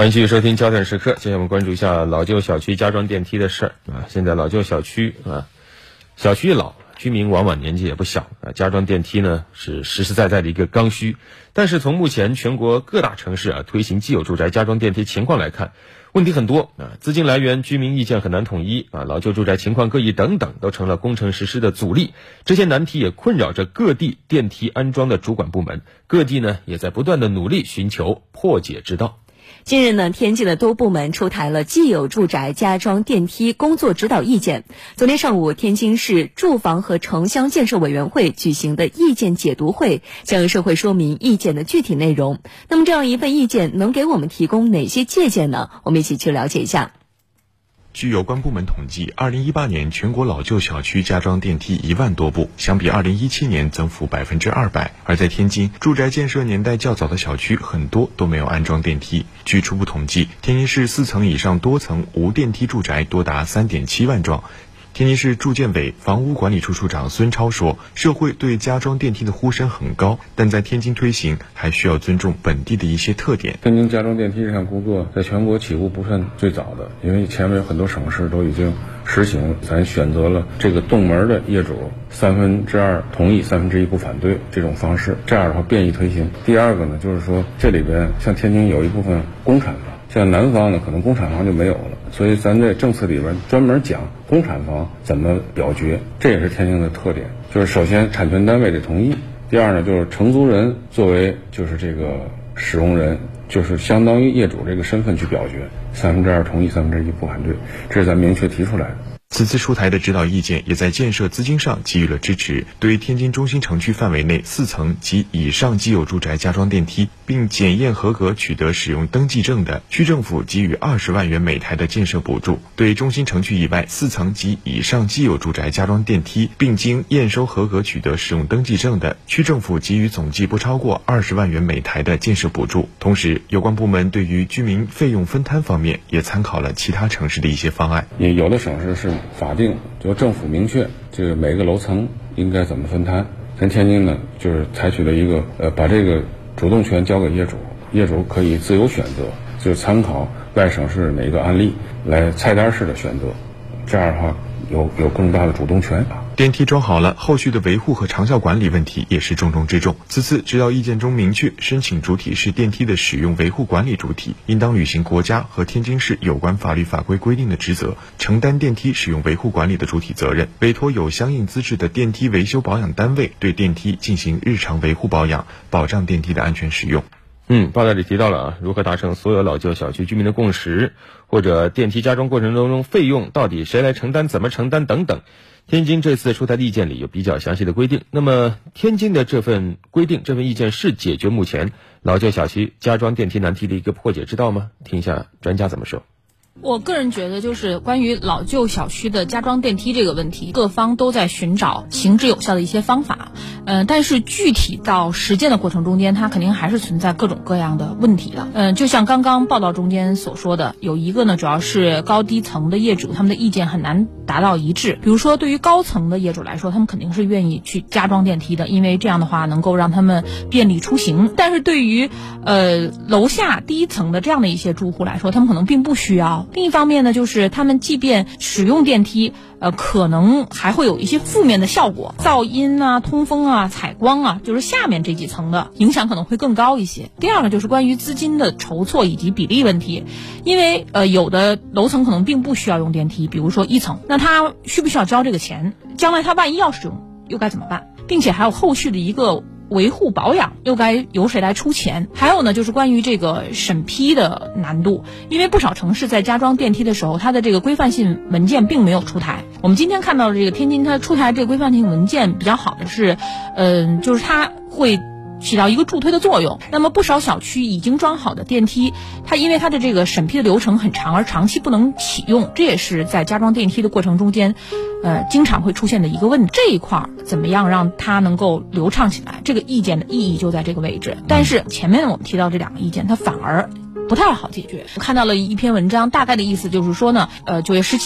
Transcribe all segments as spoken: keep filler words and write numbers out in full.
欢迎继续收听焦点时刻。接下来我们关注一下老旧小区加装电梯的事儿啊。现在老旧小区啊，小区一老，居民往往年纪也不小啊，加装电梯呢是实实在在的一个刚需。但是从目前全国各大城市啊推行既有住宅加装电梯情况来看，问题很多啊，资金来源、居民意见很难统一啊，老旧住宅情况各异等等，都成了工程实施的阻力。这些难题也困扰着各地电梯安装的主管部门，各地呢也在不断的努力寻求破解之道。 近日呢，天津的多部门出台了既有住宅加装电梯工作指导意见。昨天上午，天津市住房和城乡建设委员会举行的意见解读会，向社会说明意见的具体内容。那么这样一份意见能给我们提供哪些借鉴呢？我们一起去了解一下。 据有关部门统计，二零一八年全国老旧小区加装电梯一万多部，相比二零一七年增幅百分之二百。而在天津，住宅建设年代较早的小区很多都没有安装电梯。据初步统计，天津市四层以上多层无电梯住宅多达三点七万幢。天津市住建委房屋管理处处长孙超说，社会对加装电梯的呼声很高，但在天津推行还需要尊重本地的一些特点。 天津加装电梯这项工作在全国起步不算最早的，因为前面有很多省市都已经实行，咱选择了这个动门的业主三分之二同意三分之一不反对这种方式，这样的话便于推行。第二个呢，就是说这里边像天津有一部分公产房，像南方呢可能公产房就没有了，所以咱在政策里边专门讲公产房怎么表决，这也是天津的特点。就是首先产权单位得同意，第二呢就是承租人作为就是这个使用人，就是相当于业主这个身份去表决，三分之二同意三分之一不反对，这是咱明确提出来的。 此次出台的指导意见也在建设资金上给予了支持，对天津中心城区范围内四层及以上既有住宅加装电梯并检验合格取得使用登记证的，区政府给予二十万元每台的建设补助；对中心城区以外四层及以上既有住宅加装电梯并经验收合格取得使用登记证的，区政府给予总计不超过二十万元每台的建设补助。同时，有关部门对于居民费用分摊方面也参考了其他城市的一些方案。 也有的省市是法定就政府明确这个每个楼层应该怎么分摊，咱天津呢就是采取了一个呃把这个主动权交给业主，业主可以自由选择，就参考外省市哪个案例来菜单式的选择，这样的话有有更大的主动权。 电梯装好了，后续的维护和长效管理问题也是重中之重。此次指导意见中明确，申请主体是电梯的使用维护管理主体，应当履行国家和天津市有关法律法规规定的职责，承担电梯使用维护管理的主体责任，委托有相应资质的电梯维修保养单位对电梯进行日常维护保养，保障电梯的安全使用。 嗯，报道里提到了啊，如何达成所有老旧小区居民的共识，或者电梯加装过程当中费用到底谁来承担、怎么承担等等。天津这次出台的意见里有比较详细的规定。那么天津的这份规定、这份意见是解决目前老旧小区加装电梯难题的一个破解之道吗？听一下专家怎么说。 我个人觉得，就是关于老旧小区的加装电梯这个问题，各方都在寻找行之有效的一些方法。嗯、呃，但是具体到实践的过程中间，它肯定还是存在各种各样的问题的。嗯、呃，就像刚刚报道中间所说的，有一个呢，主要是高低层的业主他们的意见很难达到一致。比如说，对于高层的业主来说，他们肯定是愿意去加装电梯的，因为这样的话能够让他们便利出行。但是对于呃楼下低层的这样的一些住户来说，他们可能并不需要。另一方面呢，就是他们即便使用电梯，呃，可能还会有一些负面的效果，噪音啊、通风啊、采光啊，就是下面这几层的影响可能会更高一些。第二个就是关于资金的筹措以及比例问题，因为呃有的楼层可能并不需要用电梯，比如说一层，那他需不需要交这个钱？将来他万一要使用，又该怎么办？并且还有后续的一个维护保养又该由谁来出钱？还有呢，就是关于这个审批的难度，因为不少城市在加装电梯的时候，它的这个规范性文件并没有出台。我们今天看到的这个天津，它出台这个规范性文件比较好的是，嗯、呃，就是它会起到一个助推的作用。那么不少小区已经装好的电梯，它因为它的这个审批的流程很长，而长期不能启用，这也是在加装电梯的过程中间呃，经常会出现的一个问题。这一块怎么样让它能够流畅起来，这个意见的意义就在这个位置。但是前面我们提到这两个意见，它反而不太好解决。我看到了一篇文章，大概的意思就是说呢，呃，九月十七号，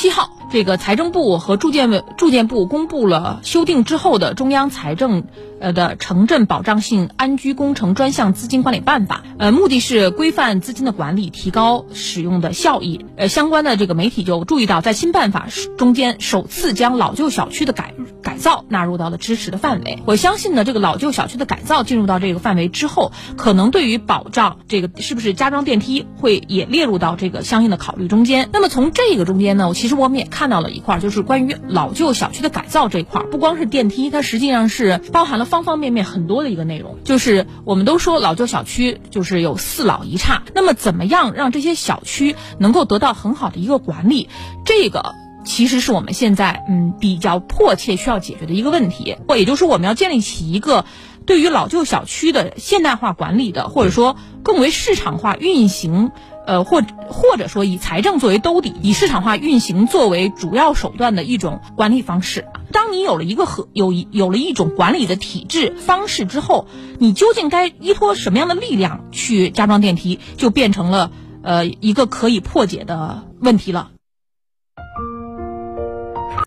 这个财政部和住建委住建部公布了修订之后的中央财政呃的城镇保障性安居工程专项资金管理办法，呃，目的是规范资金的管理，提高使用的效益。呃，相关的这个媒体就注意到，在新办法中间首次将老旧小区的改改造纳入到了支持的范围。我相信呢，这个老旧小区的改造进入到这个范围之后，可能对于保障这个是不是加装电梯会也列入到这个相应的考虑中间。那么从这个中间呢，其实我们也看到了一块，就是关于老旧小区的改造这一块，不光是电梯，它实际上是包含了方方面面很多的一个内容。就是我们都说老旧小区就是有四老一差，那么怎么样让这些小区能够得到很好的一个管理，这个其实是我们现在嗯比较迫切需要解决的一个问题，或也就是说我们要建立起一个对于老旧小区的现代化管理的，或者说更为市场化运行，呃，或或者说以财政作为兜底，以市场化运行作为主要手段的一种管理方式。当你有了一个和有有了一种管理的体制方式之后，你究竟该依托什么样的力量去加装电梯，就变成了呃一个可以破解的问题了。